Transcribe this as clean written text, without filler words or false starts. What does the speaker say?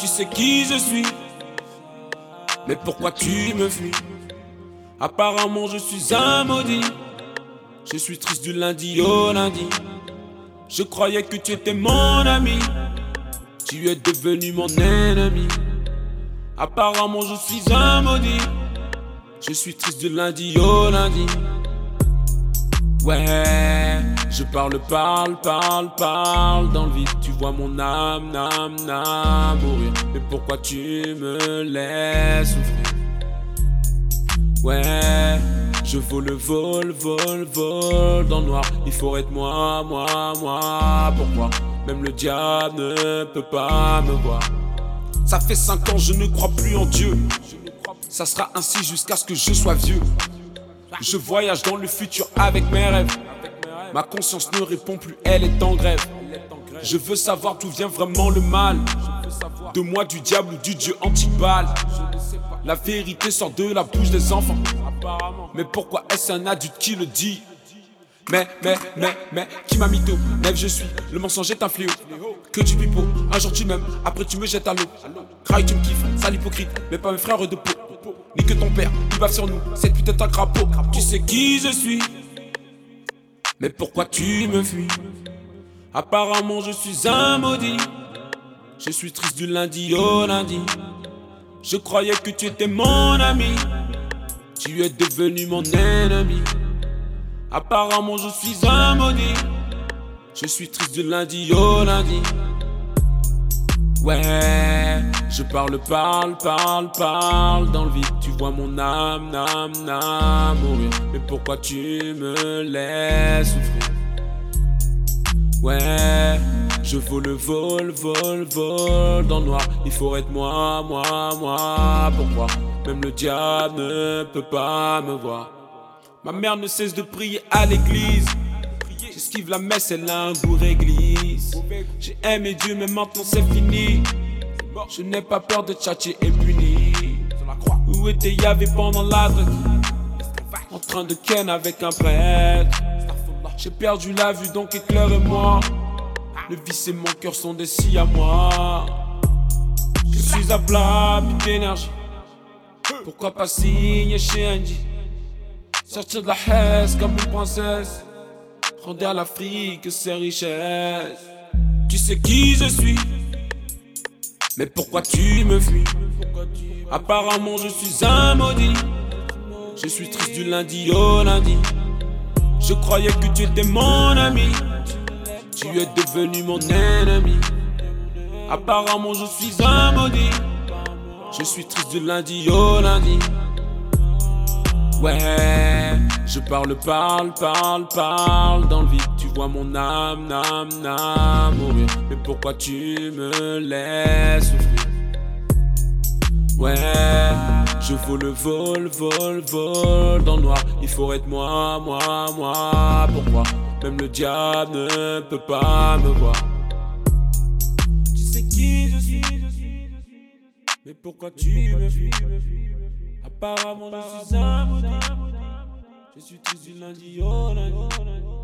sais qui je suis, mais pourquoi tu me fuis? Apparemment je suis un maudit. Je suis triste du lundi au lundi. Je croyais que tu étais mon ami. Tu es devenu mon ennemi. Apparemment je suis un maudit. Je suis triste du lundi au lundi. Ouais, je parle dans le vide. Tu vois mon âme mourir. Mais pourquoi tu me laisses souffrir? Ouais, je vole dans le noir. Il faut être moi. Pourquoi? Même le diable ne peut pas me voir. Ça fait 5 ans, je ne crois plus en Dieu. Ça sera ainsi jusqu'à ce que je sois vieux. Je voyage dans le futur avec mes rêves. Ma conscience ne répond plus, elle est en grève. Je veux savoir d'où vient vraiment le mal. De moi, du diable ou du Dieu anti-balle. La vérité sort de la bouche des enfants. Mais pourquoi est-ce un adulte qui le dit? Mais, qui m'a mytho? Nève je suis, le mensonge est un fléau. Que du pipeau, un jour tu m'aimes, après tu me jettes à l'eau. Craille tu me kiffes, sale hypocrite, mais pas mes frères de peau. Ni que ton père, il bave sur nous, cette putain est un crapaud. Tu sais qui je suis, mais pourquoi tu me fuis? Apparemment je suis un maudit. Je suis triste du lundi au lundi. Je croyais que tu étais mon ami. Tu es devenu mon ennemi. Apparemment je suis un maudit. Je suis triste du lundi au lundi. Ouais, je parle dans le vide. Tu vois mon âme mourir. Mais pourquoi tu me laisses souffrir? Ouais, je vole dans le noir. Il faut être moi. Pourquoi? Même le diable ne peut pas me voir. Ma mère ne cesse de prier à l'église. J'esquive la messe, elle a un goût réglisse. J'ai aimé Dieu, mais maintenant c'est fini. Je n'ai pas peur de tchatcher et puni. Où était Yahvé pendant la drogue? En train de ken avec un prêtre. J'ai perdu la vue, donc éclaire-moi. Le vice et mon cœur sont des si à moi. Je suis à plat, plus d'énergie. Pourquoi pas signer chez Andy? Sortir de la Hesse comme une princesse. Rendre à l'Afrique ses richesses. Tu sais qui je suis, mais pourquoi tu me fuis? Apparemment je suis un maudit. Je suis triste du lundi au lundi. Je croyais que tu étais mon ami. Tu es devenu mon ennemi. Apparemment je suis un maudit. Je suis triste du lundi au lundi. Ouais, je parle dans le vide. Tu vois mon âme mourir. Mais pourquoi tu me laisses souffrir? Ouais, je vole dans le noir. Il faut être moi. Pourquoi? Même le diable ne peut pas me voir. Tu sais qui je suis, mais pourquoi tu me fuis? Apparemment je suis un maudit. Je suis triste du lundi au lundi.